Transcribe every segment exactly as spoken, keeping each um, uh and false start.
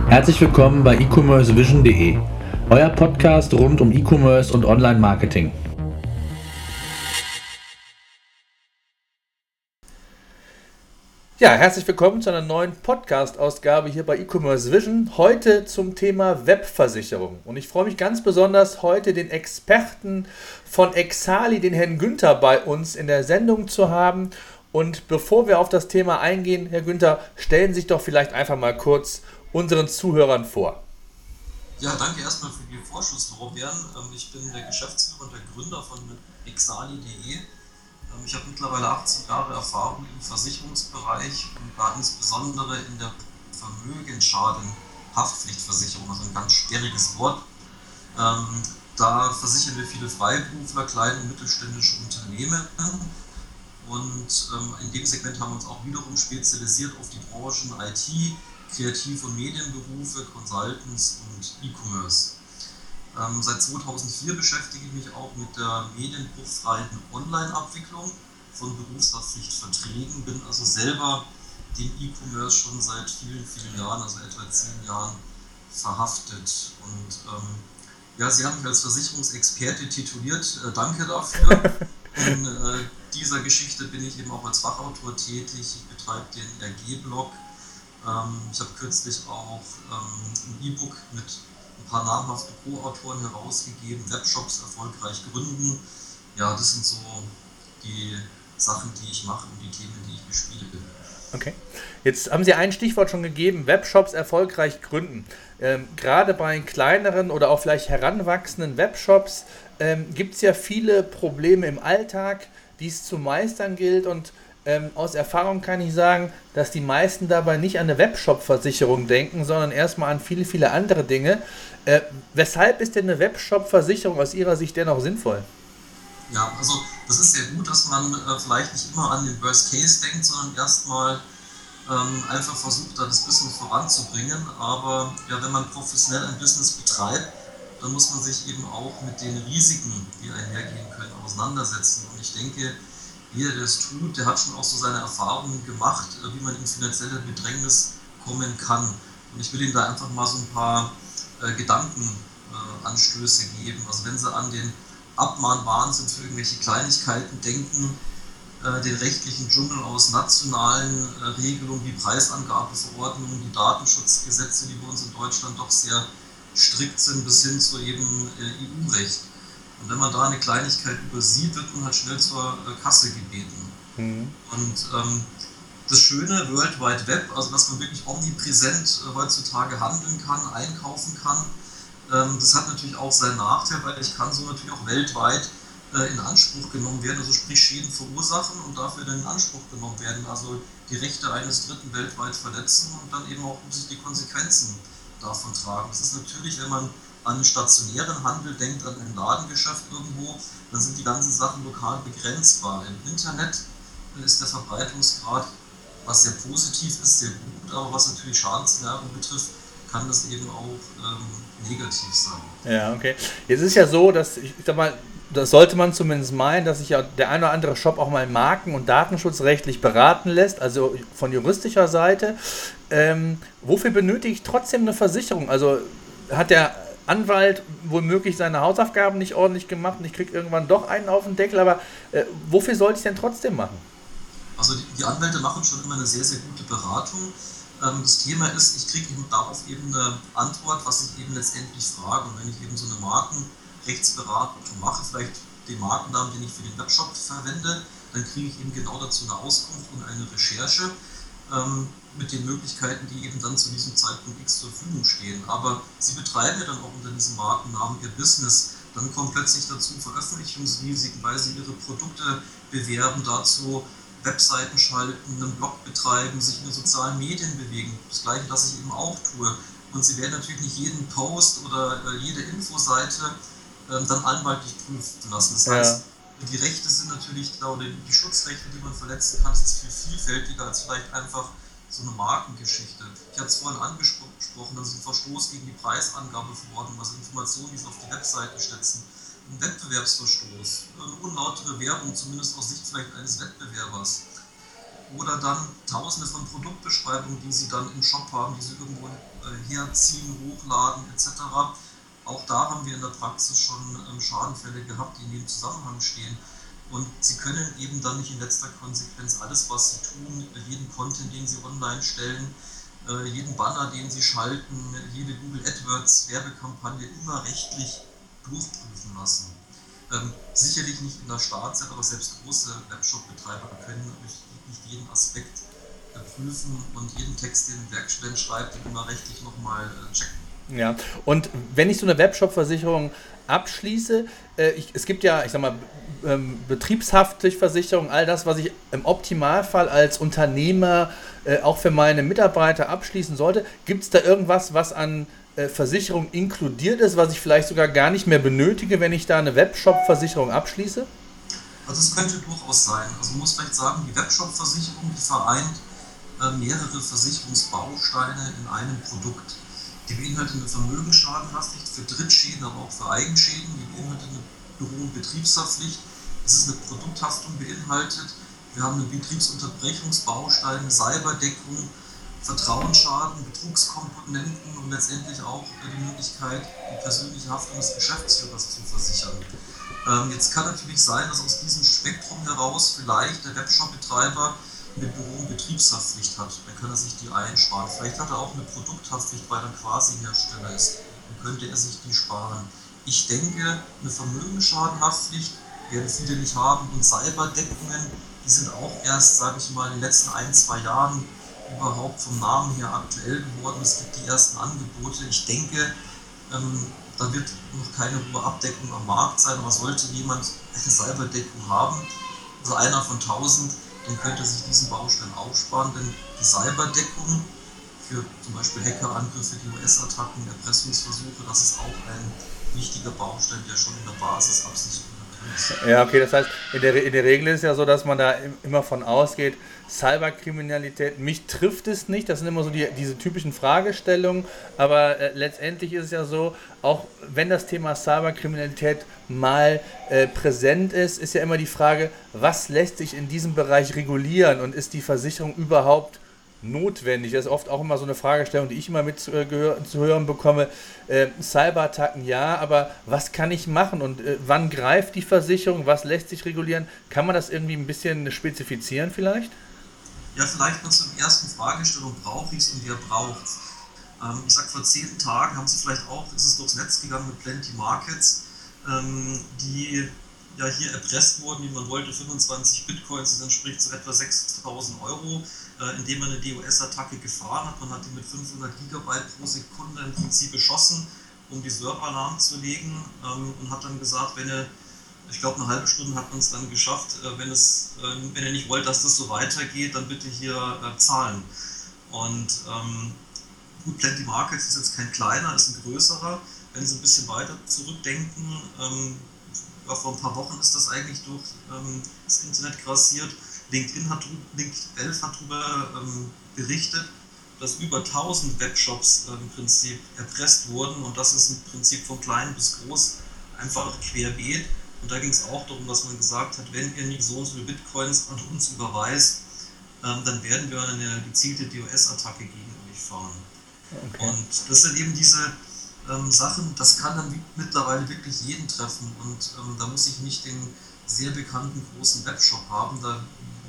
Herzlich willkommen bei e commerce vision punkt de, euer Podcast rund um E-Commerce und Online-Marketing. Ja, herzlich willkommen zu einer neuen Podcast-Ausgabe hier bei E-Commerce Vision. Heute zum Thema Webversicherung. Und ich freue mich ganz besonders, heute den Experten von Exali, den Herrn Günther, bei uns in der Sendung zu haben. Und bevor wir auf das Thema eingehen, Herr Günther, stellen Sie sich doch vielleicht einfach mal kurz unseren Zuhörern vor. Ja, danke erstmal für die Vorschusslorbeeren. Ich bin der Geschäftsführer und der Gründer von exali punkt de. Ich habe mittlerweile achtzehn Jahre Erfahrung im Versicherungsbereich und da insbesondere in der Vermögensschaden-Haftpflichtversicherung, also ein ganz sperriges Wort. Da versichern wir viele Freiberufler, kleine und mittelständische Unternehmen. Und in dem Segment haben wir uns auch wiederum spezialisiert auf die Branchen I T, Kreativ- und Medienberufe, Consultants und E-Commerce. Ähm, seit zweitausendvier beschäftige ich mich auch mit der medienbruchfreien Online-Abwicklung von Berufshaftpflichtverträgen, bin also selber dem E-Commerce schon seit vielen, vielen Jahren, also etwa zehn Jahren, verhaftet. Und ähm, ja, Sie haben mich als Versicherungsexperte tituliert, äh, danke dafür. In äh, dieser Geschichte bin ich eben auch als Fachautor tätig, ich betreibe den R G-Blog. Ähm, ich habe kürzlich auch ähm, ein E-Book mit ein paar namhaften Co-Autoren herausgegeben, Webshops erfolgreich gründen. Ja, das sind so die Sachen, die ich mache und die Themen, die ich bespiele. Okay. Jetzt haben Sie ein Stichwort schon gegeben, Webshops erfolgreich gründen. Ähm, gerade bei kleineren oder auch vielleicht heranwachsenden Webshops ähm, gibt es ja viele Probleme im Alltag, die es zu meistern gilt, und ähm, aus Erfahrung kann ich sagen, dass die meisten dabei nicht an eine Webshop-Versicherung denken, sondern erstmal an viele, viele andere Dinge. Äh, weshalb ist denn eine Webshop-Versicherung aus Ihrer Sicht dennoch sinnvoll? Ja, also das ist sehr gut, dass man äh, vielleicht nicht immer an den Worst Case denkt, sondern erstmal ähm, einfach versucht, da das Business voranzubringen. Aber ja, wenn man professionell ein Business betreibt, dann muss man sich eben auch mit den Risiken, die einhergehen können, auseinandersetzen. Und ich denke, jeder, der es tut, der hat schon auch so seine Erfahrungen gemacht, äh, wie man in finanzielle Bedrängnis kommen kann. Und ich will Ihnen da einfach mal so ein paar äh, Gedankenanstöße äh, geben. Also wenn Sie an den Abmahnwahnsinn für irgendwelche Kleinigkeiten denken, äh, den rechtlichen Dschungel aus nationalen äh, Regelungen wie Preisangabeverordnungen, die Datenschutzgesetze, die bei uns in Deutschland doch sehr strikt sind, bis hin zu eben äh, E U-Recht. Und wenn man da eine Kleinigkeit übersieht, wird man halt schnell zur äh, Kasse gebeten. Mhm. Und ähm, das schöne World Wide Web, also dass man wirklich omnipräsent äh, heutzutage handeln kann, einkaufen kann, das hat natürlich auch seinen Nachteil, weil ich kann so natürlich auch weltweit äh, in Anspruch genommen werden, also sprich Schäden verursachen und dafür dann in Anspruch genommen werden, also die Rechte eines Dritten weltweit verletzen und dann eben auch muss ich die Konsequenzen davon tragen. Das ist natürlich, wenn man an den stationären Handel denkt, an ein Ladengeschäft irgendwo, dann sind die ganzen Sachen lokal begrenzbar. Im Internet äh, ist der Verbreitungsgrad, was sehr positiv ist, sehr gut, aber was natürlich Schadensszenarien betrifft, kann das eben auch ähm, negativ sein. Ja, okay. Jetzt ist ja so, dass, ich sag mal, das sollte man zumindest meinen, dass sich ja der ein oder andere Shop auch mal marken- und datenschutzrechtlich beraten lässt, also von juristischer Seite. Ähm, wofür benötige ich trotzdem eine Versicherung? Also hat der Anwalt womöglich seine Hausaufgaben nicht ordentlich gemacht und ich kriege irgendwann doch einen auf den Deckel, aber äh, wofür sollte ich denn trotzdem machen? Also die, die Anwälte machen schon immer eine sehr, sehr gute Beratung. Das Thema ist, ich kriege eben darauf eben eine Antwort, was ich eben letztendlich frage. Und wenn ich eben so eine Markenrechtsberatung mache, vielleicht den Markennamen, den ich für den Webshop verwende, dann kriege ich eben genau dazu eine Auskunft und eine Recherche ähm, mit den Möglichkeiten, die eben dann zu diesem Zeitpunkt X zur Verfügung stehen. Aber Sie betreiben ja dann auch unter diesem Markennamen Ihr Business. Dann kommen plötzlich dazu Veröffentlichungsrisiken, weil Sie Ihre Produkte bewerben, dazu Webseiten schalten, einen Blog betreiben, sich in den sozialen Medien bewegen. Das Gleiche, das ich eben auch tue. Und Sie werden natürlich nicht jeden Post oder äh, jede Infoseite äh, dann anwaltlich prüfen lassen. Das heißt, ja, die Rechte sind natürlich, oder die Schutzrechte, die man verletzen kann, sind viel vielfältiger als vielleicht einfach so eine Markengeschichte. Ich hatte es vorhin angesprochen, das ist ein Verstoß gegen die Preisangabeverordnung, also Informationen, die Sie auf die Webseite setzen. Ein Wettbewerbsverstoß, eine unlautere Werbung, zumindest aus Sicht vielleicht eines Wettbewerbers. oder dann tausende von Produktbeschreibungen, die sie dann im Shop haben, die sie irgendwo äh, herziehen, hochladen et cetera. Auch da haben wir in der Praxis schon ähm, Schadenfälle gehabt, die in dem Zusammenhang stehen. Und sie können eben dann nicht in letzter Konsequenz alles, was sie tun, jeden Content, den sie online stellen, äh, jeden Banner, den sie schalten, jede Google AdWords Werbekampagne immer rechtlich durchprüfen lassen. Ähm, sicherlich nicht in der Startzeit, aber selbst große Webshop-Betreiber können nicht, nicht jeden Aspekt äh, prüfen und jeden Text, den ein Werkstudent schreibt, den immer rechtlich nochmal äh, checken. Ja, und wenn ich so eine Webshop-Versicherung abschließe, äh, ich, es gibt ja, ich sag mal, ähm, Betriebshaftpflichtversicherung, all das, was ich im Optimalfall als Unternehmer äh, auch für meine Mitarbeiter abschließen sollte. Gibt es da irgendwas, was an äh, Versicherung inkludiert ist, was ich vielleicht sogar gar nicht mehr benötige, wenn ich da eine Webshop-Versicherung abschließe? Also es könnte durchaus sein. Also man muss vielleicht sagen, die Webshop-Versicherung, die vereint äh, mehrere Versicherungsbausteine in einem Produkt. Die beinhaltet eine Vermögensschadenhaftpflicht für Drittschäden, aber auch für Eigenschäden. Die beinhaltet eine Büro- und Betriebshaftpflicht. Es ist eine Produkthaftung beinhaltet. Wir haben einen Betriebsunterbrechungsbaustein, eine Cyberdeckung, Vertrauensschaden, Betrugskomponenten und letztendlich auch die Möglichkeit, die persönliche Haftung des Geschäftsführers zu versichern. Ähm, jetzt kann natürlich sein, dass aus diesem Spektrum heraus vielleicht der Webshop-Betreiber eine Büro- und Betriebshaftpflicht hat, dann kann er sich die einsparen. Vielleicht hat er auch eine Produkthaftpflicht, weil er Quasi-Hersteller ist, dann könnte er sich die sparen. Ich denke, eine Vermögensschadenhaftpflicht werden viele nicht haben und Cyberdeckungen, die sind auch erst, sage ich mal, in den letzten ein, zwei Jahren überhaupt vom Namen her aktuell geworden. Es gibt die ersten Angebote. Ich denke, ähm, da wird noch keine hohe Abdeckung am Markt sein, aber sollte jemand eine Cyberdeckung haben, also einer von tausend, dann könnte sich diesen Baustein aufsparen, denn die Cyberdeckung für zum Beispiel Hackerangriffe, D O S-Attacken, Erpressungsversuche, das ist auch ein wichtiger Baustein, der schon in der Basisabsicherung drin ist. Ja, okay, das heißt, in der, in der Regel ist ja so, dass man da immer von ausgeht, Cyberkriminalität, mich trifft es nicht, das sind immer so die, diese typischen Fragestellungen, aber äh, letztendlich ist es ja so, auch wenn das Thema Cyberkriminalität mal äh, präsent ist, ist ja immer die Frage, was lässt sich in diesem Bereich regulieren und ist die Versicherung überhaupt notwendig? Das ist oft auch immer so eine Fragestellung, die ich immer mit zu, äh, gehör, zu hören bekomme. Äh, Cyberattacken ja, aber was kann ich machen und äh, wann greift die Versicherung? Was lässt sich regulieren? Kann man das irgendwie ein bisschen spezifizieren vielleicht? Ja, vielleicht noch zur ersten Fragestellung, brauche ich es und wer braucht es? Ähm, ich sag, vor zehn Tagen haben Sie vielleicht auch, ist es durchs Netz gegangen mit Plenty Markets, ähm, die ja hier erpresst wurden, wie man wollte, fünfundzwanzig Bitcoins, das entspricht zu etwa sechstausend Euro, äh, indem man eine D O S-Attacke gefahren hat. Man hat die mit fünfhundert Gigabyte pro Sekunde im Prinzip beschossen, um die Server lahmzulegen, ähm, und hat dann gesagt, wenn er, ich glaube eine halbe Stunde hat man es dann geschafft, äh, wenn, es, äh, wenn ihr nicht wollt, dass das so weitergeht, dann bitte hier äh, zahlen. Und ähm, gut, Plenty Markets ist jetzt kein kleiner, ist ein größerer. Wenn Sie ein bisschen weiter zurückdenken, ähm, ja, vor ein paar Wochen ist das eigentlich durch ähm, das Internet grassiert. LinkedIn hat, Link elf hat darüber ähm, berichtet, dass über tausend Webshops äh, im Prinzip erpresst wurden und das ist im Prinzip von klein bis groß einfach querbeet. Und da ging es auch darum, dass man gesagt hat, wenn ihr nicht so und so viele Bitcoins an uns überweist, ähm, dann werden wir eine gezielte D O S-Attacke gegen euch fahren. Okay. Und das sind eben diese ähm, Sachen, das kann dann mittlerweile wirklich jeden treffen und ähm, da muss ich nicht den sehr bekannten großen Webshop haben, da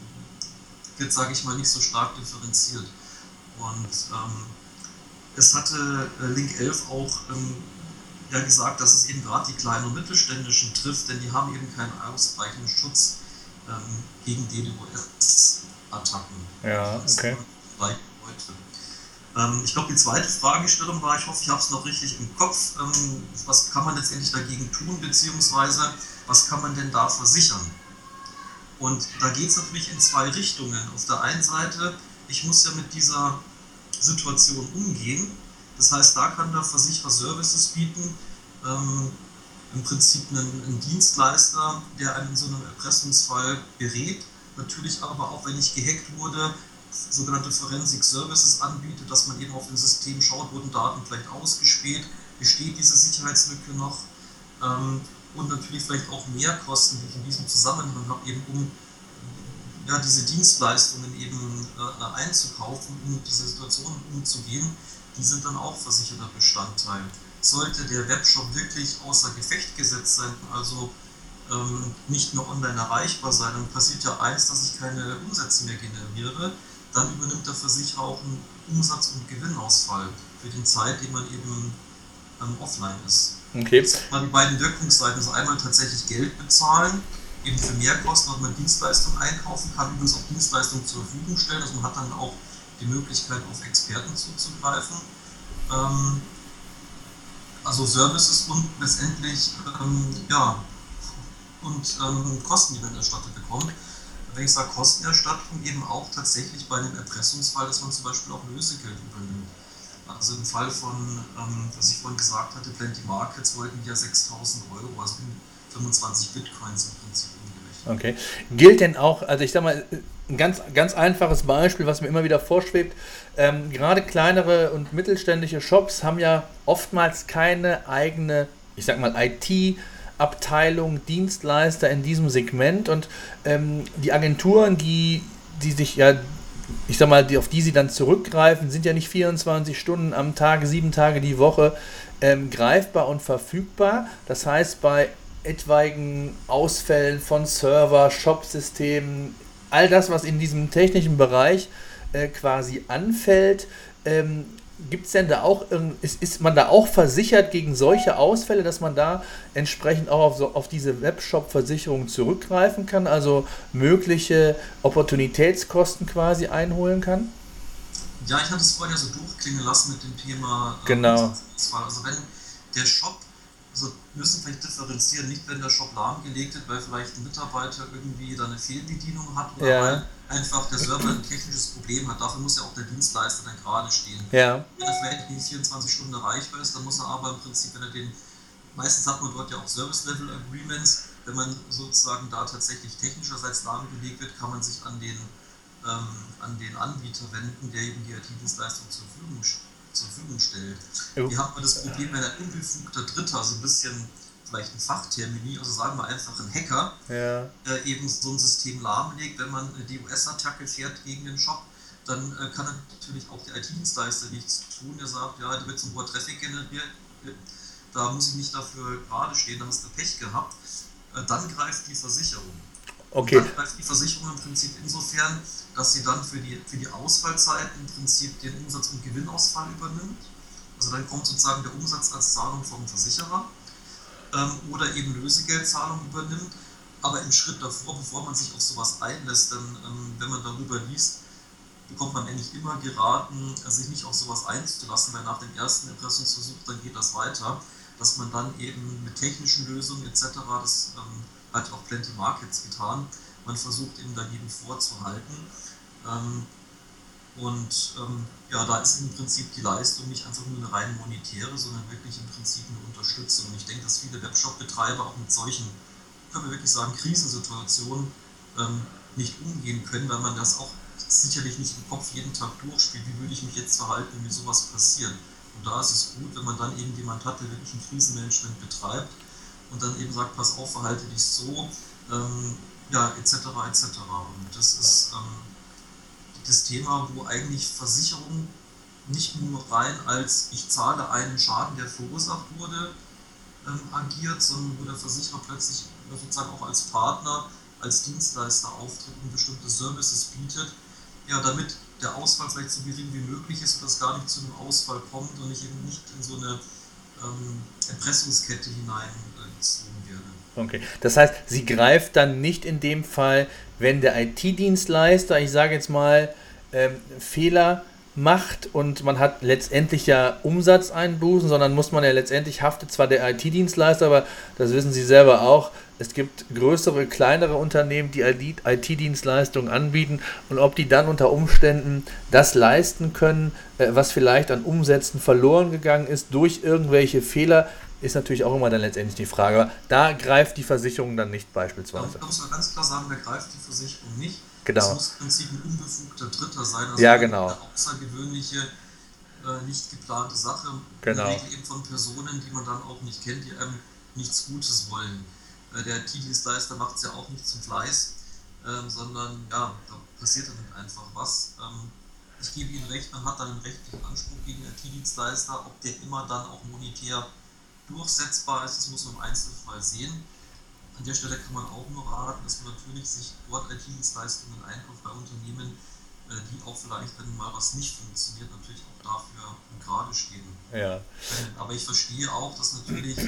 wird, sage ich mal, nicht so stark differenziert. Und ähm, es hatte äh, Link elf auch ähm, ja gesagt, dass es eben gerade die kleinen und mittelständischen trifft, denn die haben eben keinen ausreichenden Schutz ähm, gegen D O S-Attacken. Ja, okay. Ähm, ich glaube, die zweite Fragestellung war, ich hoffe, ich habe es noch richtig im Kopf, ähm, was kann man letztendlich dagegen tun, beziehungsweise was kann man denn da versichern? Und da geht es natürlich in zwei Richtungen. Auf der einen Seite, ich muss ja mit dieser Situation umgehen. Das heißt, da kann der Versicherer Services bieten, ähm, im Prinzip einen, einen Dienstleister, der einen in so einem Erpressungsfall berät. Natürlich aber auch, wenn ich gehackt wurde, sogenannte Forensic Services anbietet, dass man eben auf dem System schaut, wurden Daten vielleicht ausgespäht, besteht diese Sicherheitslücke noch, ähm, und natürlich vielleicht auch Mehrkosten, die ich in diesem Zusammenhang habe, eben um ja, diese Dienstleistungen eben äh, einzukaufen, um mit dieser Situation umzugehen, die sind dann auch versicherter Bestandteil. Sollte der Webshop wirklich außer Gefecht gesetzt sein, also ähm, nicht mehr online erreichbar sein, dann passiert ja eins, dass ich keine Umsätze mehr generiere, dann übernimmt der Versicherer auch einen Umsatz- und Gewinnausfall für die Zeit, die man eben ähm, offline ist. Okay. Das sind mal die beiden Wirkungsseiten, also einmal tatsächlich Geld bezahlen, eben für Mehrkosten, dass man Dienstleistungen einkaufen kann, übrigens auch Dienstleistungen zur Verfügung stellen, also man hat dann auch die Möglichkeit, auf Experten zuzugreifen. Ähm, also Services und letztendlich ähm, ja, und ähm, Kosten, die man erstattet bekommt. Wenn ich sage Kostenerstattung, eben auch tatsächlich bei einem Erpressungsfall, dass man zum Beispiel auch Lösegeld übernimmt. Also im Fall von, ähm, was ich vorhin gesagt hatte, Plenty Markets wollten ja sechstausend Euro, also fünfundzwanzig Bitcoins im Prinzip umgerechnet. Okay. Gilt denn auch, also ich sag mal, ein ganz, ganz einfaches Beispiel, was mir immer wieder vorschwebt, ähm, gerade kleinere und mittelständische Shops haben ja oftmals keine eigene, ich sag mal, I T-Abteilung, Dienstleister in diesem Segment und ähm, die Agenturen, die, die sich ja, ich sag mal, die, auf die sie dann zurückgreifen, sind ja nicht vierundzwanzig Stunden am Tag, sieben Tage die Woche ähm, greifbar und verfügbar. Das heißt, bei etwaigen Ausfällen von Server, Shop-Systemen, all das, was in diesem technischen Bereich äh, quasi anfällt, ähm, gibt es denn da auch, ist, ist man da auch versichert gegen solche Ausfälle, dass man da entsprechend auch auf, so, auf diese Webshop-Versicherung zurückgreifen kann, also mögliche Opportunitätskosten quasi einholen kann? Ja, ich hatte es vorhin ja so durchklingen lassen mit dem Thema äh, Genau. Umsatzausfall. Also wenn der Shop, also wir müssen vielleicht differenzieren, nicht wenn der Shop lahmgelegt wird, weil vielleicht ein Mitarbeiter irgendwie da eine Fehlbedienung hat oder Ja, weil einfach der Server ein technisches Problem hat. Dafür muss ja auch der Dienstleister dann gerade stehen. ja, Wenn er vielleicht nicht vierundzwanzig Stunden erreichbar ist, dann muss er aber im Prinzip, wenn er den, meistens hat man dort ja auch Service-Level-Agreements, wenn man sozusagen da tatsächlich technischerseits lahmgelegt wird, kann man sich an den ähm, an den Anbieter wenden, der eben die I T-Dienstleistung zur Verfügung, zur Verfügung stellt. Jo. Hier hat man das Problem, wenn ein unbefugter Dritter, also ein bisschen vielleicht ein Fachtermini, also sagen wir einfach ein Hacker, Ja, äh, eben so ein System lahmlegt, wenn man äh, die U S-Attacke fährt gegen den Shop, dann äh, kann natürlich auch der I T-Dienstleister nichts tun. Der sagt, ja, da wird zum hoher Traffic generiert, da muss ich nicht dafür gerade stehen, da hast du Pech gehabt. Äh, dann greift die Versicherung. Und okay, dann greift die Versicherung im Prinzip insofern, dass sie dann für die, für die Ausfallzeit im Prinzip den Umsatz- und Gewinnausfall übernimmt. Also dann kommt sozusagen der Umsatz als Zahlung vom Versicherer ähm, oder eben Lösegeldzahlung übernimmt. Aber im Schritt davor, bevor man sich auf sowas einlässt, dann, ähm, wenn man darüber liest, bekommt man eigentlich immer geraten, sich nicht auf sowas einzulassen, weil nach dem ersten Erpressungsversuch, dann geht das weiter, dass man dann eben mit technischen Lösungen et cetera, das ähm, hat auch Plenty Markets getan, man versucht eben dagegen vorzuhalten. Ähm, und ähm, ja, da ist im Prinzip die Leistung nicht einfach nur eine rein monetäre, sondern wirklich im Prinzip eine Unterstützung. Und ich denke, dass viele Webshop-Betreiber auch mit solchen, können wir wirklich sagen, Krisensituationen ähm, nicht umgehen können, weil man das auch sicherlich nicht im Kopf jeden Tag durchspielt, wie würde ich mich jetzt verhalten, wenn mir sowas passiert. Und da ist es gut, wenn man dann eben jemand hat, der wirklich ein Krisenmanagement betreibt und dann eben sagt, pass auf, verhalte dich so, ähm, ja, et cetera et cetera. Und das ist ähm, das Thema, wo eigentlich Versicherung nicht nur rein als ich zahle einen Schaden, der verursacht wurde, ähm, agiert, sondern wo der Versicherer plötzlich sozusagen auch als Partner, als Dienstleister auftritt und bestimmte Services bietet, ja, damit der Ausfall vielleicht so gering wie möglich ist, dass gar nicht zu einem Ausfall kommt und ich eben nicht in so eine ähm, Erpressungskette hineingezogen werde. okay. Das heißt, sie greift dann nicht in dem Fall, wenn der I T-Dienstleister, ich sage jetzt mal, ähm, Fehler macht und man hat letztendlich ja Umsatzeinbußen, sondern muss man ja letztendlich haftet zwar der I T-Dienstleister, aber das wissen Sie selber auch, es gibt größere, kleinere Unternehmen, die I T-Dienstleistungen anbieten und ob die dann unter Umständen das leisten können, äh, was vielleicht an Umsätzen verloren gegangen ist durch irgendwelche Fehler, ist natürlich auch immer dann letztendlich die Frage. Aber da greift die Versicherung dann nicht Da, beispielsweise. da muss man ganz klar sagen, da greift die Versicherung nicht. Das Genau. muss im Prinzip ein unbefugter Dritter sein, also Ja, eine genau. außergewöhnliche, äh, nicht geplante Sache, in der Genau. Regel eben von Personen, die man dann auch nicht kennt, die einem nichts Gutes wollen. Äh, der I T-Dienstleister macht es ja auch nicht zum Fleiß. ähm, sondern ja, da passiert dann halt einfach was. Ähm, ich gebe Ihnen recht, man hat dann einen rechtlichen Anspruch gegen den I T-Dienstleister, ob der immer dann auch monetär durchsetzbar ist, das muss man im Einzelfall sehen. An der Stelle kann man auch nur raten, dass man natürlich sich dort I T-Dienstleistungen einkauft bei Unternehmen, äh, die auch vielleicht, wenn mal was nicht funktioniert, natürlich auch dafür gerade stehen Ja, können. Aber ich verstehe auch, dass natürlich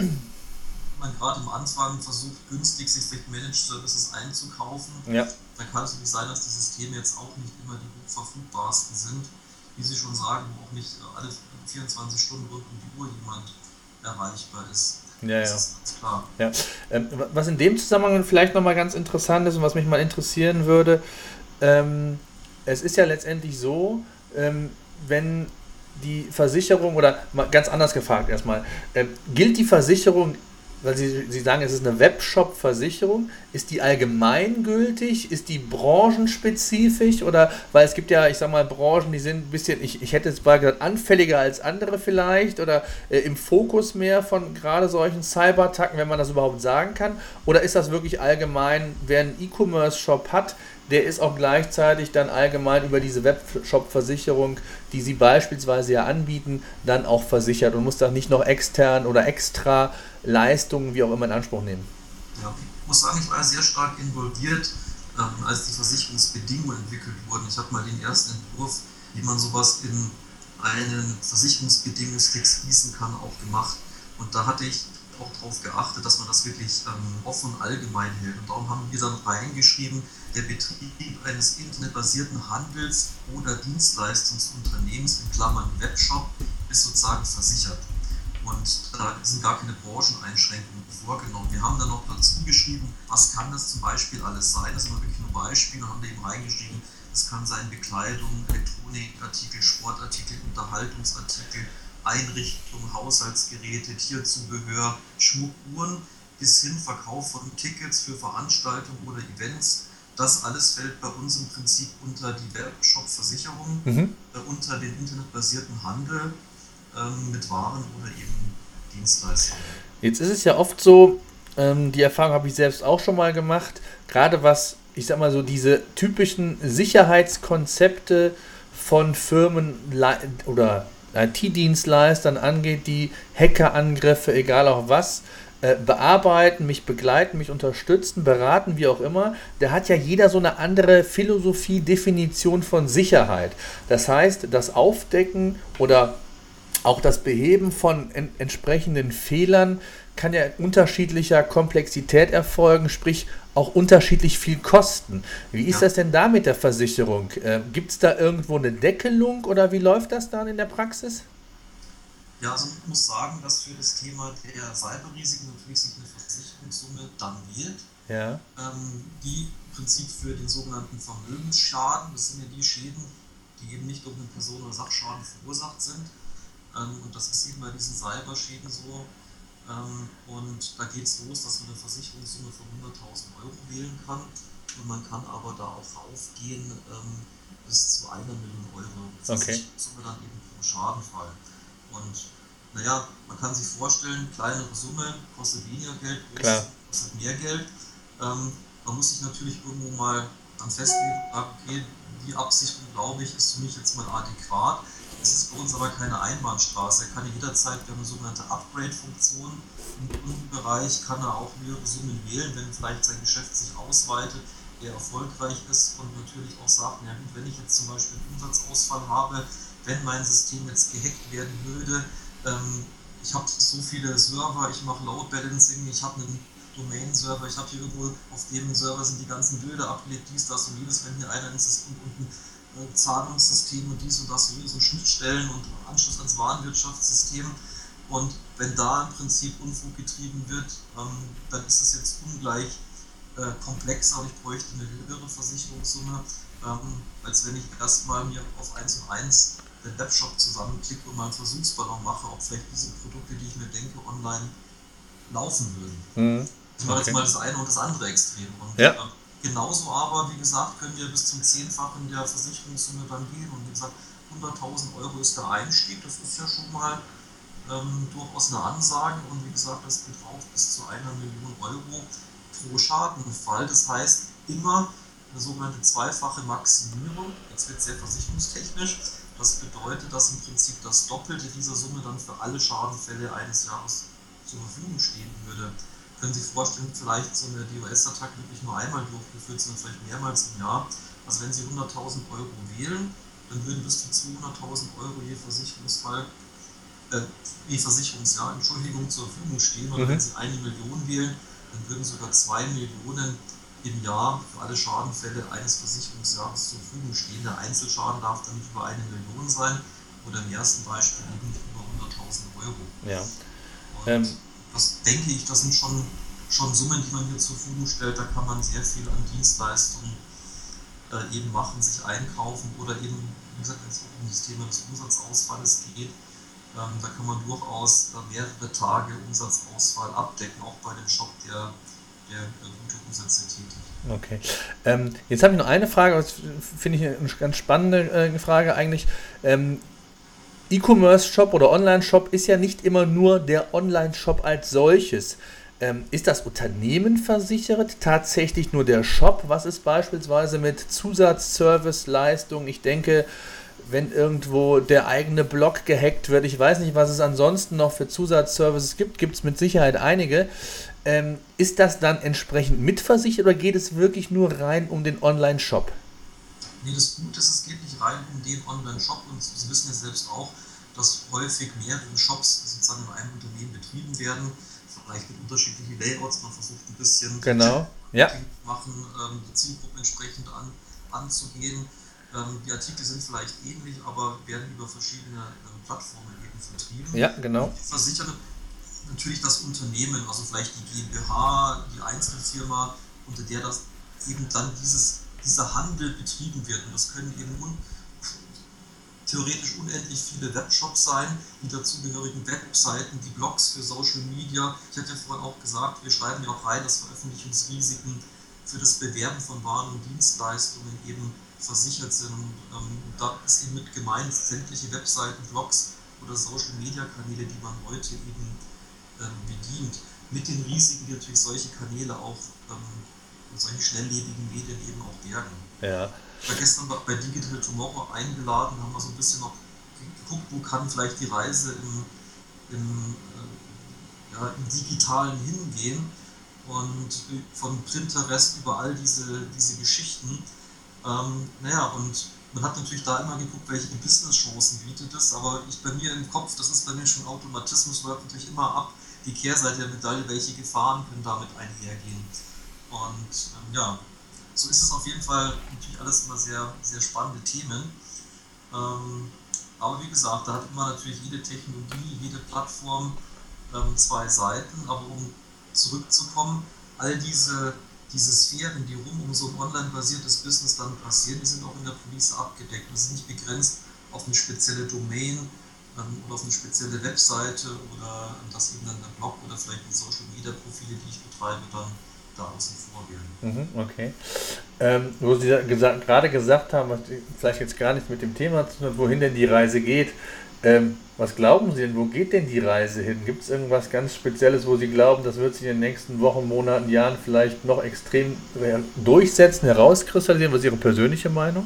man gerade am Anfang versucht, günstig sich vielleicht Managed Services einzukaufen. ja. Da kann es natürlich sein, dass die Systeme jetzt auch nicht immer die hochverfügbarsten sind. Wie Sie schon sagen, wo auch nicht äh, alle vierundzwanzig Stunden rund um die Uhr jemand erreichbar ist. Ja, Das ja. ist ganz klar. Ja. Ähm, was in dem Zusammenhang vielleicht nochmal ganz interessant ist und was mich mal interessieren würde, ähm, es ist ja letztendlich so, ähm, wenn die Versicherung, oder mal ganz anders gefragt erstmal, ähm, gilt die Versicherung, weil Sie, Sie sagen, es ist eine Webshop-Versicherung, ist die allgemeingültig, ist die branchenspezifisch, oder, weil es gibt ja, ich sag mal, Branchen, die sind ein bisschen, ich, ich hätte jetzt mal gesagt, anfälliger als andere vielleicht, oder äh, im Fokus mehr von gerade solchen Cyberattacken, wenn man das überhaupt sagen kann, oder ist das wirklich allgemein, wer einen E-Commerce-Shop hat, der ist auch gleichzeitig dann allgemein über diese Webshop-Versicherung, die sie beispielsweise ja anbieten, dann auch versichert und muss da nicht noch extern oder extra Leistungen, wie auch immer, in Anspruch nehmen. Ja, ich muss sagen, ich war sehr stark involviert, ähm, als die Versicherungsbedingungen entwickelt wurden. Ich habe mal den ersten Entwurf, wie man sowas in einen Versicherungsbedingungstext gießen kann, auch gemacht. Und da hatte ich auch darauf geachtet, dass man das wirklich ähm, offen und allgemein hält. Und darum haben wir dann reingeschrieben, der Betrieb eines internetbasierten Handels- oder Dienstleistungsunternehmens in Klammern Webshop ist sozusagen versichert. Und da sind gar keine Brancheneinschränkungen vorgenommen. Wir haben dann noch dazu geschrieben, was kann das zum Beispiel alles sein. Das sind wirklich nur Beispiele und haben da eben reingeschrieben, das kann sein Bekleidung, Elektronikartikel, Sportartikel, Unterhaltungsartikel, Einrichtungen, Haushaltsgeräte, Tierzubehör, Schmuckuhren bis hin Verkauf von Tickets für Veranstaltungen oder Events. Das alles fällt bei uns im Prinzip unter die Webshop-Versicherung, Mhm. äh, unter den internetbasierten Handel ähm, mit Waren oder eben Dienstleistungen. Jetzt ist es ja oft so, ähm, die Erfahrung habe ich selbst auch schon mal gemacht, gerade was, ich sag mal so, diese typischen Sicherheitskonzepte von Firmen oder I T-Dienstleistern angeht, die Hackerangriffe, egal auch was, äh, bearbeiten, mich begleiten, mich unterstützen, beraten, wie auch immer, da hat ja jeder so eine andere Philosophie, Definition von Sicherheit. Das heißt, das Aufdecken oder auch das Beheben von en entsprechenden Fehlern kann ja in unterschiedlicher Komplexität erfolgen, sprich auch unterschiedlich viel kosten. Wie ist Ja. das denn da mit der Versicherung? Äh, Gibt es da irgendwo eine Deckelung oder wie läuft das dann in der Praxis? Ja, also ich muss sagen, dass für das Thema der Cyberrisiken natürlich sich eine Versicherungssumme dann wählt, Ja, ähm, die im Prinzip für den sogenannten Vermögensschaden, das sind ja die Schäden, die eben nicht durch einen Personen- oder Sachschaden verursacht sind. Ähm, und das ist eben bei diesen Cyberschäden so. Ähm, und da geht es los, dass man eine Versicherungssumme von hunderttausend Euro wählen kann. Und man kann aber da auch raufgehen ähm, bis zu einer Million Euro okay, Versicherungssumme dann eben pro Schadenfall. Und naja, man kann sich vorstellen, kleinere Summe kostet weniger Geld, größere klar. Summe kostet mehr Geld. Ähm, man muss sich natürlich irgendwo mal dann festlegen und sagen, okay, die Absicherung, glaube ich, ist für mich jetzt mal adäquat. Es ist bei uns aber keine Einbahnstraße. Er kann jederzeit, wir haben eine sogenannte Upgrade-Funktion im Kundenbereich, kann er auch höhere Summen wählen, wenn vielleicht sein Geschäft sich ausweitet, er erfolgreich ist und natürlich auch sagt, ja gut, wenn ich jetzt zum Beispiel einen Umsatzausfall habe, wenn mein System jetzt gehackt werden würde, ähm, ich habe so viele Server, ich mache Load Balancing, ich habe einen Domain-Server, ich habe hier irgendwo auf dem Server sind die ganzen Bilder abgelegt, dies, das und jedes, wenn hier einer ins System und ein äh, Zahlungssystem und dies und das und jedes und Schnittstellen und Anschluss ans Warenwirtschaftssystem. Und wenn da im Prinzip Unfug getrieben wird, ähm, dann ist es jetzt ungleich äh, komplexer und ich bräuchte eine höhere Versicherungssumme, ähm, als wenn ich erstmal mir auf eins und eins den Webshop zusammenklicke und mal einen Versuchsballon mache, ob vielleicht diese Produkte, die ich mir denke, online laufen würden. Mhm. Ich mache jetzt Okay. mal das eine und das andere Extrem. Und Ja, äh, genauso aber, wie gesagt, können wir bis zum Zehnfachen der Versicherungssumme dann gehen. Und wie gesagt, hunderttausend Euro ist der Einstieg. Das ist ja schon mal ähm, durchaus eine Ansage. Und wie gesagt, das geht auch bis zu einer Million Euro pro Schadenfall. Das heißt, immer eine sogenannte zweifache Maximierung. Jetzt wird es sehr versicherungstechnisch. Das bedeutet, dass im Prinzip das Doppelte dieser Summe dann für alle Schadenfälle eines Jahres zur Verfügung stehen würde. Können Sie sich vorstellen, vielleicht so eine DOS-Attacke wirklich nur einmal durchgeführt, sondern vielleicht mehrmals im Jahr. Also wenn Sie hunderttausend Euro wählen, dann würden bis zu zweihunderttausend Euro je Versicherungsfall, äh, je Versicherungsjahr, Entschuldigung, zur Verfügung stehen. Oder mhm. wenn Sie eine Million wählen, dann würden sogar zwei Millionen im Jahr für alle Schadenfälle eines Versicherungsjahres zur Verfügung stehen. Der Einzelschaden darf dann nicht über eine Million sein oder im ersten Beispiel eben nicht über hunderttausend Euro. Ja. Und Ähm. das denke ich, das sind schon, schon Summen, die man hier zur Verfügung stellt. Da kann man sehr viel an Dienstleistungen äh, eben machen, sich einkaufen oder eben, wie gesagt, wenn es um das Thema des Umsatzausfalles geht, ähm, da kann man durchaus äh, mehrere Tage Umsatzausfall abdecken, auch bei dem Shop, der, der äh, gute Umsätze tätigt. Okay. Ähm, jetzt habe ich noch eine Frage, das finde ich eine ganz spannende äh, Frage eigentlich. Ähm, E-Commerce-Shop oder Online-Shop ist ja nicht immer nur der Online-Shop als solches. Ähm, ist das Unternehmen versichert? Tatsächlich nur der Shop? Was ist beispielsweise mit Zusatzservice-Leistungen? Ich denke, wenn irgendwo der eigene Blog gehackt wird, ich weiß nicht, was es ansonsten noch für Zusatzservices gibt, gibt es mit Sicherheit einige. Ähm, ist das dann entsprechend mitversichert oder geht es wirklich nur rein um den Online-Shop? Nee, das Gute ist, es geht nicht rein um den Online-Shop und Sie wissen ja selbst auch, dass häufig mehrere Shops sozusagen in einem Unternehmen betrieben werden, vielleicht mit unterschiedlichen Layouts, man versucht ein bisschen genau. Ja. zu machen, ähm, die Zielgruppe entsprechend an, anzugehen. Ähm, die Artikel sind vielleicht ähnlich, aber werden über verschiedene ähm, Plattformen eben vertrieben. Ja, genau. Und versichern natürlich das Unternehmen, also vielleicht die GmbH, die Einzelfirma, unter der das eben dann dieses dieser Handel betrieben wird. Und das können eben un- theoretisch unendlich viele Webshops sein, die dazugehörigen Webseiten, die Blogs für Social Media. Ich hatte ja vorhin auch gesagt, wir schreiben ja auch rein, dass Veröffentlichungsrisiken für das Bewerben von Waren und Dienstleistungen eben versichert sind. Und ähm, da ist eben mit gemeint sämtliche Webseiten, Blogs oder Social Media Kanäle, die man heute eben ähm, bedient. Mit den Risiken, die natürlich solche Kanäle auch ähm, und solche schnelllebigen Medien eben auch bergen. Ja. Ich war gestern bei Digital Tomorrow eingeladen, haben wir so ein bisschen noch geguckt, wo kann vielleicht die Reise im, im, äh, ja, im Digitalen hingehen und von Pinterest über all diese, diese Geschichten. Ähm, naja, und man hat natürlich da immer geguckt, welche Business-Chancen bietet es, aber ich bei mir im Kopf, das ist bei mir schon Automatismus, läuft natürlich immer ab, die Kehrseite der Medaille, welche Gefahren können damit einhergehen. Und ähm, ja, so ist es auf jeden Fall natürlich alles immer sehr, sehr spannende Themen. Ähm, aber wie gesagt, da hat immer natürlich jede Technologie, jede Plattform ähm, zwei Seiten. Aber um zurückzukommen, all diese, diese Sphären, die rum um so ein online-basiertes Business dann passieren, die sind auch in der Police abgedeckt. Das ist nicht begrenzt auf eine spezielle Domain ähm, oder auf eine spezielle Webseite oder ähm, dass eben dann der Blog oder vielleicht die Social-Media-Profile, die ich betreibe, dann da außen vor werden. Mhm, okay. Ähm, wo Sie gesa- gerade gesagt haben, was vielleicht jetzt gar nicht mit dem Thema zu tun hat, wohin denn die Reise geht. Ähm, was glauben Sie denn, wo geht denn die Reise hin? Gibt es irgendwas ganz Spezielles, wo Sie glauben, das wird sich in den nächsten Wochen, Monaten, Jahren vielleicht noch extrem durchsetzen, herauskristallisieren? Was ist Ihre persönliche Meinung?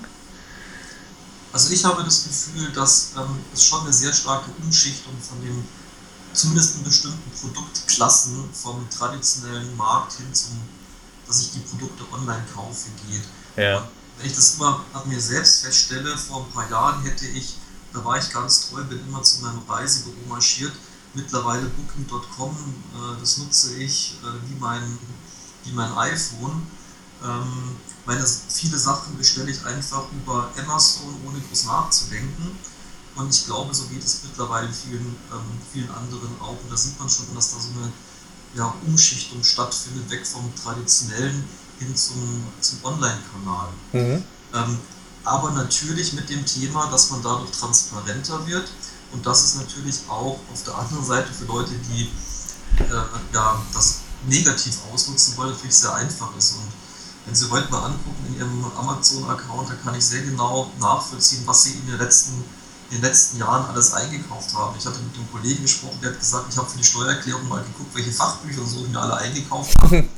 Also ich habe das Gefühl, dass ähm, es schon eine sehr starke Umschichtung von dem, zumindest in bestimmten Produktklassen vom traditionellen Markt hin zum, dass ich die Produkte online kaufe, geht. Ja. Und wenn ich das immer an mir selbst feststelle, vor ein paar Jahren hätte ich, da war ich ganz treu, bin immer zu meinem Reisebüro marschiert, mittlerweile Booking Punkt com, äh, das nutze ich äh, wie, mein, wie mein iPhone. Ähm, meine viele Sachen bestelle ich einfach über Amazon, ohne groß nachzudenken. Und ich glaube, so geht es mittlerweile vielen, ähm, vielen anderen auch. Und da sieht man schon, dass da so eine ja, Umschichtung stattfindet, weg vom Traditionellen hin zum, zum Online-Kanal. Mhm. Ähm, aber natürlich mit dem Thema, dass man dadurch transparenter wird. Und das ist natürlich auch auf der anderen Seite für Leute, die äh, ja, das negativ ausnutzen wollen, natürlich sehr einfach ist. Und wenn Sie heute mal angucken in Ihrem Amazon-Account, da kann ich sehr genau nachvollziehen, was Sie in den letzten, in den letzten Jahren alles eingekauft haben. Ich hatte mit einem Kollegen gesprochen, der hat gesagt, ich habe für die Steuererklärung mal geguckt, welche Fachbücher und so ich mir alle eingekauft habe.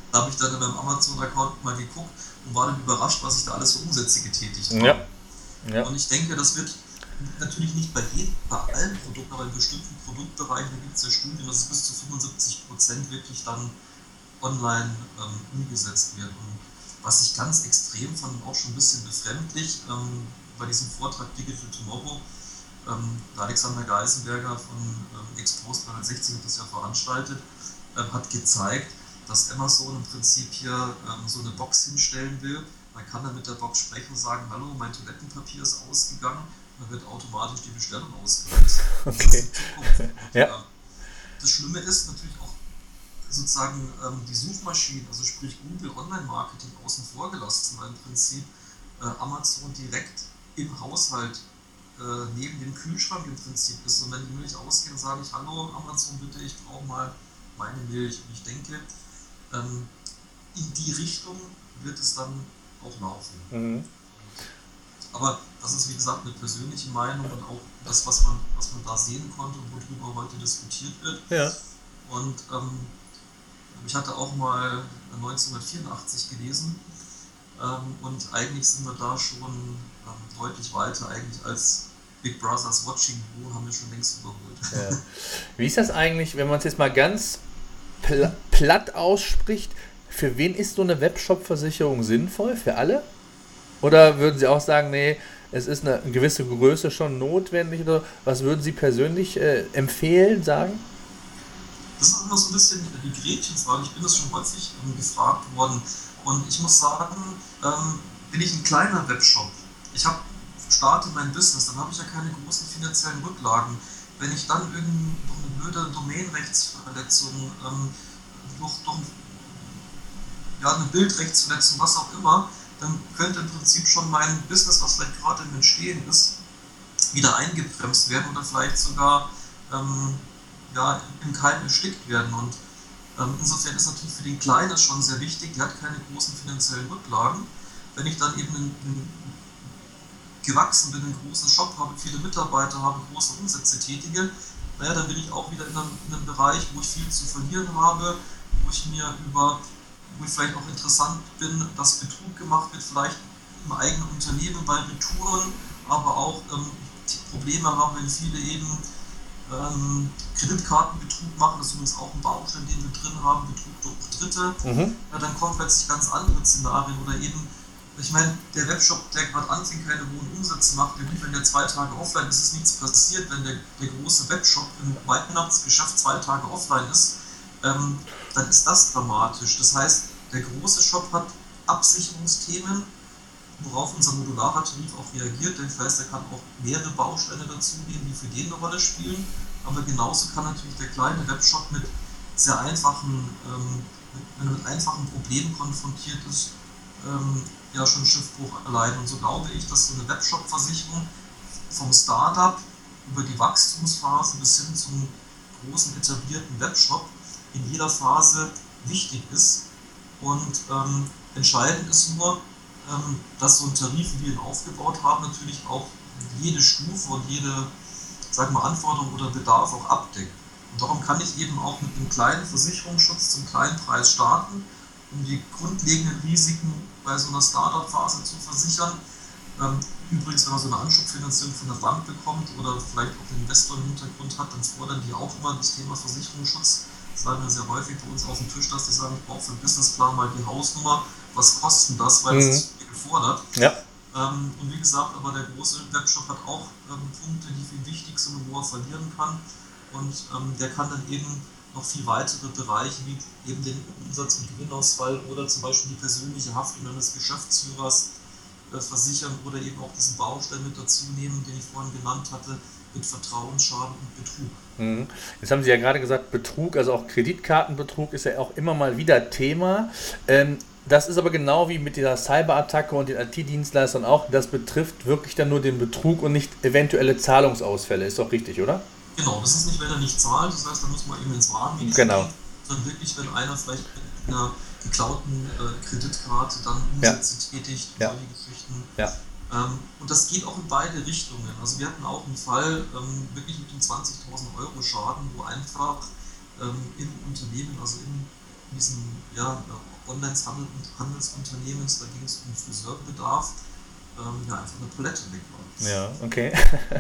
Da habe ich dann in meinem Amazon-Account mal geguckt und war dann überrascht, was ich da alles für Umsätze getätigt habe. Ja. Ja. Und ich denke, das wird natürlich nicht bei jedem, bei allen Produkten, aber in bestimmten Produktbereichen, da gibt es ja Studien, dass es bis zu fünfundsiebzig Prozent wirklich dann online ähm, umgesetzt wird. Und was ich ganz extrem fand und auch schon ein bisschen befremdlich, ähm, bei diesem Vortrag Digital Tomorrow, ähm, der Alexander Geisenberger von ähm, Expost dreihundertsechzig hat das ja veranstaltet, ähm, hat gezeigt, dass Amazon im Prinzip hier ähm, so eine Box hinstellen will. Man kann dann mit der Box sprechen und sagen, hallo, mein Toilettenpapier ist ausgegangen, und dann wird automatisch die Bestellung ausgelöst. Okay. Das ist die Zukunft. Und, Ja. äh, das Schlimme ist natürlich auch sozusagen ähm, die Suchmaschinen, also sprich Google Online-Marketing außen vor gelassen, weil im Prinzip äh, Amazon direkt im Haushalt äh, neben dem Kühlschrank im Prinzip ist. Und wenn die Milch ausgeht, dann sage ich, hallo Amazon, bitte, ich brauche mal meine Milch. Und ich denke, ähm, in die Richtung wird es dann auch laufen. Mhm. Aber das ist wie gesagt eine persönliche Meinung und auch das, was man, was man da sehen konnte und worüber heute diskutiert wird. Ja. Und ähm, ich hatte auch mal neunzehnhundertvierundachtzig gelesen ähm, und eigentlich sind wir da schon ähm, deutlich weiter eigentlich als Big Brother's Watching You haben wir schon längst überholt. Ja. Wie ist das eigentlich, wenn man es jetzt mal ganz pl- platt ausspricht, für wen ist so eine Webshop-Versicherung sinnvoll? Für alle? Oder würden Sie auch sagen, nee, es ist eine gewisse Größe schon notwendig? Oder was würden Sie persönlich äh, empfehlen, sagen? Das ist immer so ein bisschen die Gretchenfrage. Ich bin das schon häufig ähm, gefragt worden. Und ich muss sagen, ähm, bin ich ein kleiner Webshop. Ich habe starte mein Business, dann habe ich ja keine großen finanziellen Rücklagen. Wenn ich dann irgendwie durch eine blöde Domainrechtsverletzung, ähm, durch, durch ja, eine Bildrechtsverletzung, was auch immer, dann könnte im Prinzip schon mein Business, was vielleicht gerade im Entstehen ist, wieder eingebremst werden oder vielleicht sogar ähm, ja, im Keim erstickt werden. Und ähm, insofern ist natürlich für den Kleinen schon sehr wichtig, der hat keine großen finanziellen Rücklagen. Wenn ich dann eben einen, einen gewachsen bin, einen großen Shop habe, viele Mitarbeiter habe, große Umsätze tätige, naja, dann bin ich auch wieder in einem, in einem Bereich, wo ich viel zu verlieren habe, wo ich mir über, wo ich vielleicht auch interessant bin, dass Betrug gemacht wird, vielleicht im eigenen Unternehmen bei Retouren, aber auch ähm, Probleme haben, wenn viele eben ähm, Kreditkartenbetrug machen, das ist übrigens auch ein Baustein, den wir drin haben, Betrug durch Dritte, Mhm. ja, dann kommen plötzlich ganz andere Szenarien oder eben, ich meine, der Webshop, der gerade anfängt, keine hohen Umsätze macht, der gut, wenn der zwei Tage offline ist, ist nichts passiert. Wenn der, der große Webshop im Weihnachtsgeschäft zwei Tage offline ist, ähm, dann ist das dramatisch. Das heißt, der große Shop hat Absicherungsthemen, worauf unser modularer Tarif auch reagiert. Das heißt, er kann auch mehrere Bausteine dazu nehmen, die für den eine Rolle spielen. Aber genauso kann natürlich der kleine Webshop mit sehr einfachen, ähm, mit, wenn er mit einfachen Problemen konfrontiert ist, ähm, ja schon Schiffbruch allein. Und so glaube ich, dass so eine Webshop-Versicherung vom Startup über die Wachstumsphase bis hin zum großen etablierten Webshop in jeder Phase wichtig ist. Und ähm, entscheidend ist nur, ähm, dass so ein Tarif, wie wir ihn aufgebaut haben, natürlich auch jede Stufe und jede, sag mal, Anforderung oder Bedarf auch abdeckt. Und darum kann ich eben auch mit einem kleinen Versicherungsschutz zum kleinen Preis starten, um die grundlegenden Risiken bei so einer Startup-Phase zu versichern. Ähm, übrigens, wenn man so eine Anschubfinanzierung von der Bank bekommt oder vielleicht auch einen Investor im Hintergrund hat, dann fordern die auch immer das Thema Versicherungsschutz. Das sagen wir sehr häufig bei uns auf dem Tisch, dass die sagen, ich brauche für den Businessplan mal die Hausnummer. Was kostet das? Weil Mhm. das ist gefordert. Ja. Ähm, und wie gesagt, aber der große Webshop hat auch ähm, Punkte, die für ihn wichtig sind und wo er verlieren kann. Und ähm, der kann dann eben noch viel weitere Bereiche wie eben den Umsatz- und Gewinnausfall oder zum Beispiel die persönliche Haftung eines Geschäftsführers äh, versichern oder eben auch diesen Baustein mit dazu nehmen, den ich vorhin genannt hatte, mit Vertrauensschaden und Betrug. Mhm. Jetzt haben Sie ja gerade gesagt, Betrug, also auch Kreditkartenbetrug ist ja auch immer mal wieder Thema. Ähm, das ist aber genau wie mit dieser Cyberattacke und den I T-Dienstleistern auch, das betrifft wirklich dann nur den Betrug und nicht eventuelle Zahlungsausfälle. Ist doch richtig, oder? Genau, das ist nicht, wenn er nicht zahlt, das heißt, da muss man eben ins Warnwesen Genau. gehen, sondern wirklich, wenn einer vielleicht mit einer geklauten äh, Kreditkarte dann Ja. Umsätze tätigt, Ja. solche Geschichten. Ja. Ähm, und das geht auch in beide Richtungen. Also wir hatten auch einen Fall ähm, wirklich mit dem zwanzigtausend Euro Schaden, wo einfach ähm, im Unternehmen, also im diesem ja, Online-Handelsunternehmens, da ging es um Friseurbedarf, ähm, ja, einfach eine Palette weg war. Ja, okay.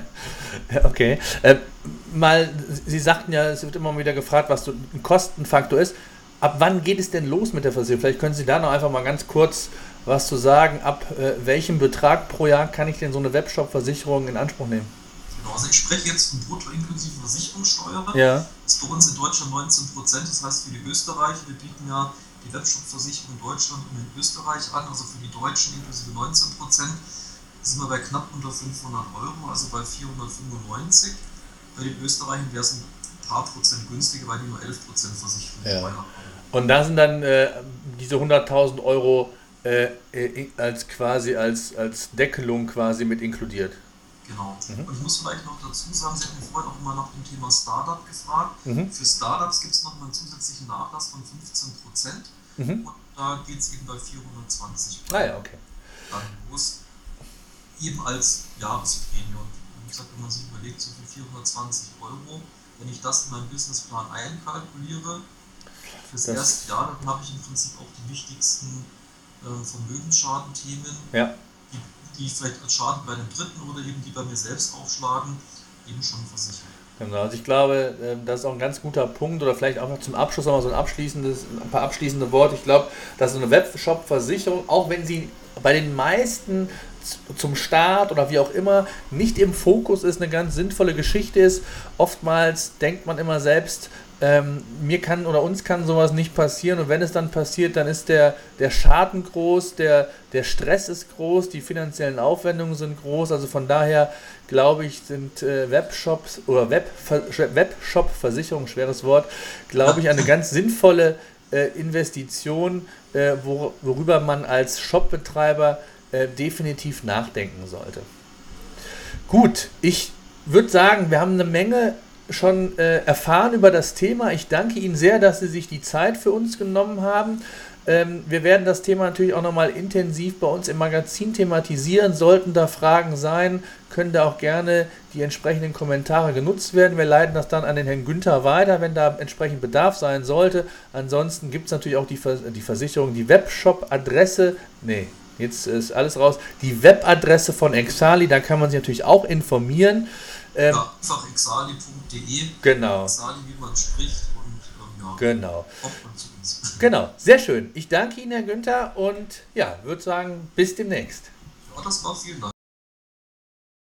Ja, okay. Äh, mal, Sie sagten ja, es wird immer wieder gefragt, was so ein Kostenfaktor ist. Ab wann geht es denn los mit der Versicherung? Vielleicht können Sie da noch einfach mal ganz kurz was zu sagen. Ab äh, welchem Betrag pro Jahr kann ich denn so eine Webshop-Versicherung in Anspruch nehmen? Genau, also ich spreche jetzt von brutto inklusive Versicherungssteuer. Ja. Das ist bei uns in Deutschland neunzehn Prozent, das heißt für die Österreicher, wir bieten ja die Webshop-Versicherung in Deutschland und in Österreich an, also für die Deutschen inklusive neunzehn Prozent sind wir bei knapp unter fünfhundert Euro, also bei vierhundertfünfundneunzig. Bei den Österreichern wäre es ein paar Prozent günstiger, weil die nur elf Prozent Versicherungssteuer Ja. haben. Und da sind dann äh, diese hunderttausend Euro äh, äh, als quasi als, als Deckelung quasi mit inkludiert. Genau. Mhm. Und ich muss vielleicht noch dazu sagen, Sie hatten vorhin auch immer nach dem Thema Startup gefragt. Mhm. Für Startups gibt es nochmal einen zusätzlichen Nachlass von fünfzehn Prozent. Mhm. Und da geht es eben bei vierhundertzwanzig Ah ja, okay. dann los, eben als Jahresprämie. Und wie gesagt, wenn man sich überlegt, so für vierhundertzwanzig Euro, wenn ich das in meinen Businessplan einkalkuliere, fürs Das- erste Jahr, dann habe ich im Prinzip auch die wichtigsten äh, Vermögensschadenthemen, Ja. die, die vielleicht als Schaden bei einem Dritten oder eben die bei mir selbst aufschlagen, eben schon versichert. Genau, also ich glaube, ähm, das ist auch ein ganz guter Punkt oder vielleicht auch noch zum Abschluss nochmal so ein abschließendes, ein paar abschließende Worte. Ich glaube, dass so eine Webshop-Versicherung, auch wenn sie bei den meisten z- zum Start oder wie auch immer nicht im Fokus ist, eine ganz sinnvolle Geschichte ist. Oftmals denkt man immer selbst, ähm, mir kann oder uns kann sowas nicht passieren und wenn es dann passiert, dann ist der, der Schaden groß, der, der Stress ist groß, die finanziellen Aufwendungen sind groß, also von daher glaube ich, sind äh, Webshops oder Web, Webshop-Versicherung, schweres Wort, glaube ich, eine ganz sinnvolle äh, Investition, äh, wor worüber man als Shopbetreiber äh, definitiv nachdenken sollte. Gut, ich würde sagen, wir haben eine Menge schon äh, erfahren über das Thema. Ich danke Ihnen sehr, dass Sie sich die Zeit für uns genommen haben. Ähm, wir werden das Thema natürlich auch nochmal intensiv bei uns im Magazin thematisieren. Sollten da Fragen sein, können da auch gerne die entsprechenden Kommentare genutzt werden. Wir leiten das dann an den Herrn Günther weiter, wenn da entsprechend Bedarf sein sollte. Ansonsten gibt es natürlich auch die, Vers die Versicherung, die Webshop-Adresse. Nee, jetzt ist alles raus. Die Webadresse von Exali, da kann man sich natürlich auch informieren. Ähm, Ja, einfach exali punkt de, genau, Exali, wie man spricht, und ähm, ja, genau. kommt man zu uns. Genau, sehr schön. Ich danke Ihnen, Herr Günther, und ja, würde sagen, bis demnächst. Ja, das war vielen Dank.